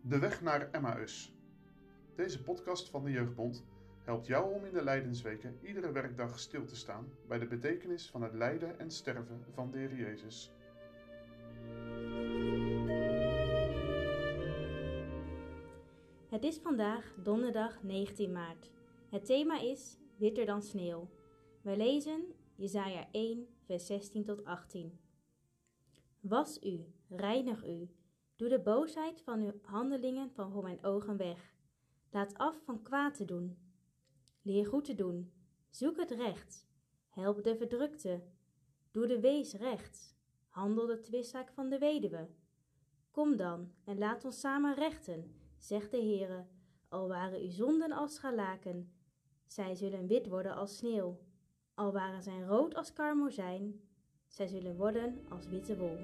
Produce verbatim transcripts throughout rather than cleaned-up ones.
De weg naar Emmaus. Deze podcast van de Jeugdbond helpt jou om in de Lijdensweken iedere werkdag stil te staan bij de betekenis van het lijden en sterven van de Heer Jezus. Het is vandaag donderdag negentien maart. Het thema is witter dan sneeuw. Wij lezen Jesaja één, vers zestien tot achttien. Was u, reinig u, doe de boosheid van uw handelingen van voor mijn ogen weg. Laat af van kwaad te doen. Leer goed te doen, zoek het recht. Help de verdrukte, doe de wees recht. Handel de twistzaak van de weduwe. Kom dan en laat ons samen rechten, zegt de Heere, al waren uw zonden als scharlaken, zij zullen wit worden als sneeuw. Al waren zij rood als karmozijn, zij zullen worden als witte wol.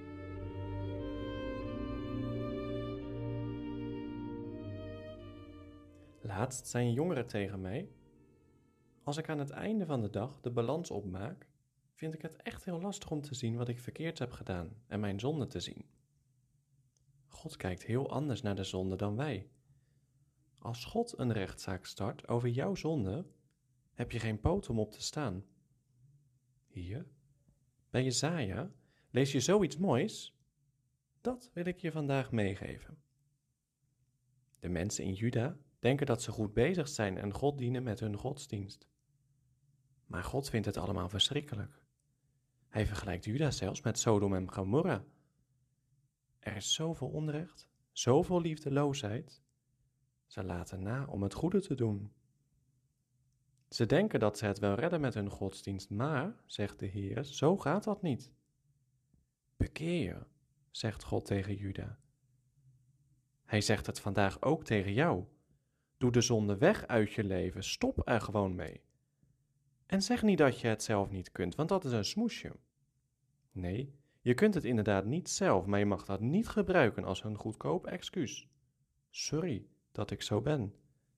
Laatst zei een jongere tegen mij: als ik aan het einde van de dag de balans opmaak, vind ik het echt heel lastig om te zien wat ik verkeerd heb gedaan en mijn zonde te zien. God kijkt heel anders naar de zonde dan wij. Als God een rechtszaak start over jouw zonde, heb je geen poot om op te staan. Hier, bij Jesaja, lees je zoiets moois? Dat wil ik je vandaag meegeven. De mensen in Juda denken dat ze goed bezig zijn en God dienen met hun godsdienst. Maar God vindt het allemaal verschrikkelijk. Hij vergelijkt Juda zelfs met Sodom en Gomorra. Er is zoveel onrecht, zoveel liefdeloosheid. Ze laten na om het goede te doen. Ze denken dat ze het wel redden met hun godsdienst, maar, zegt de Heer, zo gaat dat niet. Bekeer je, zegt God tegen Juda. Hij zegt het vandaag ook tegen jou. Doe de zonde weg uit je leven, stop er gewoon mee. En zeg niet dat je het zelf niet kunt, want dat is een smoesje. Nee, je kunt het inderdaad niet zelf, maar je mag dat niet gebruiken als een goedkoop excuus. Sorry dat ik zo ben.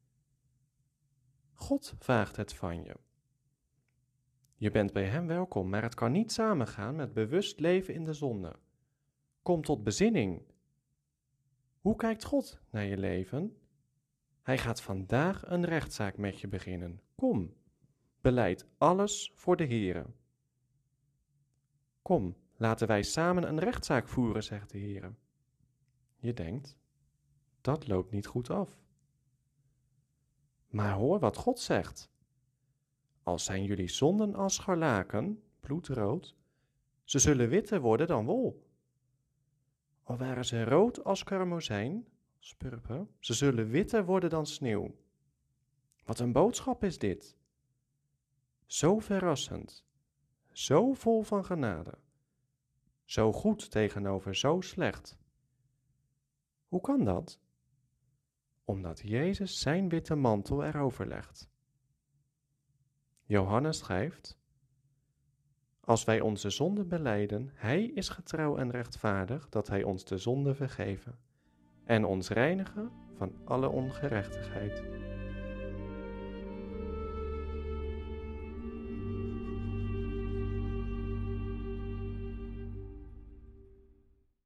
God vraagt het van je. Je bent bij hem welkom, maar het kan niet samengaan met bewust leven in de zonde. Kom tot bezinning. Hoe kijkt God naar je leven? Hij gaat vandaag een rechtszaak met je beginnen. Kom, belijd alles voor de Heere. Kom, laten wij samen een rechtszaak voeren, zegt de Heere. Je denkt, dat loopt niet goed af. Maar hoor wat God zegt. Al zijn jullie zonden als scharlaken, bloedrood, ze zullen witter worden dan wol. Al waren ze rood als karmozijn, spurper, ze zullen witter worden dan sneeuw. Wat een boodschap is dit. Zo verrassend, zo vol van genade, zo goed tegenover zo slecht. Hoe kan dat? Omdat Jezus zijn witte mantel erover legt. Johannes schrijft: als wij onze zonden belijden, hij is getrouw en rechtvaardig dat hij ons de zonde vergeven en ons reinigen van alle ongerechtigheid.